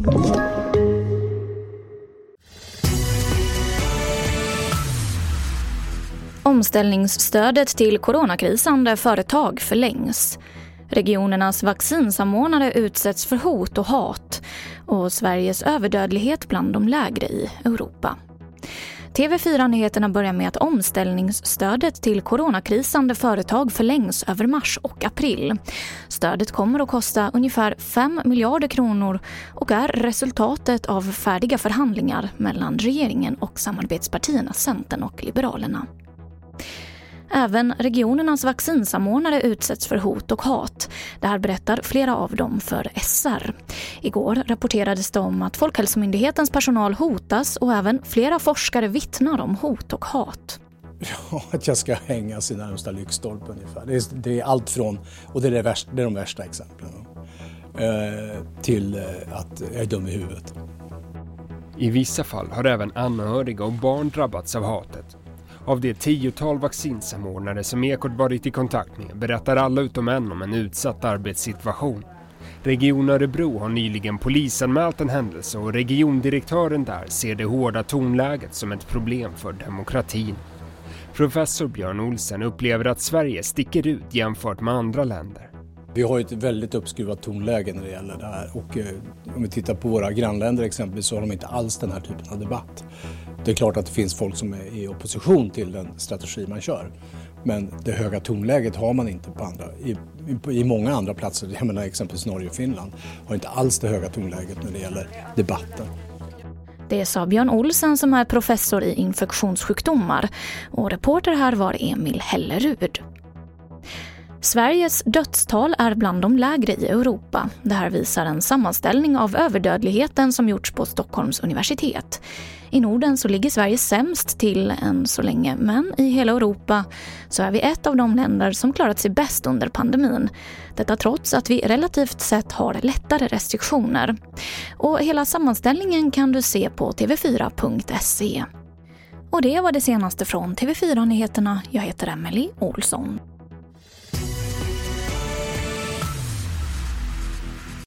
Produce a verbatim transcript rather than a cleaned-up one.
Omställningsstödet till coronakrisande företag förlängs. Regionernas vaccinsamordnare utsätts för hot och hat och Sveriges överdödlighet bland de lägre i Europa. T V fyra-nyheterna börjar med att omställningsstödet till coronakrisande företag förlängs över mars och april. Stödet kommer att kosta ungefär fem miljarder kronor och är resultatet av färdiga förhandlingar mellan regeringen och samarbetspartierna Centern och Liberalerna. Även regionernas vaccinsamordnare utsätts för hot och hat. Det här berättar flera av dem för S R. Igår rapporterades det om att Folkhälsomyndighetens personal hotas och även flera forskare vittnar om hot och hat. Ja, att jag ska hängas i närmsta lyktstolpe ungefär. Det är, det är allt från, och det är, det värsta, det är de värsta exemplen, eh, till eh, att jag är dum i huvudet. I vissa fall har även anhöriga och barn drabbats av hatet. Av det tiotal vaccinsamordnare som Ekot varit i kontakt med berättar alla utom en om en utsatt arbetssituation. Region Örebro har nyligen polisanmält en händelse och regiondirektören där ser det hårda tonläget som ett problem för demokratin. Professor Björn Olsen upplever att Sverige sticker ut jämfört med andra länder. Vi har ett väldigt uppskruvat tonläge när det gäller det här och eh, om vi tittar på våra grannländer exempelvis så har de inte alls den här typen av debatt. Det är klart att det finns folk som är i opposition till den strategi man kör. Men det höga tonläget har man inte på andra, i, i, i många andra platser, jag menar exempelvis Norge och Finland, har inte alls det höga tonläget när det gäller debatten. Det sa Björn Olsen som är professor i infektionssjukdomar och reporter här var Emil Hellerud. Sveriges dödstal är bland de lägre i Europa. Det här visar en sammanställning av överdödligheten som gjorts på Stockholms universitet. I Norden så ligger Sverige sämst till än så länge, men i hela Europa så är vi ett av de länder som klarat sig bäst under pandemin. Detta trots att vi relativt sett har lättare restriktioner. Och hela sammanställningen kan du se på t v fyra punkt se. Och det var det senaste från T V fyra-nyheterna. Jag heter Emily Olsson.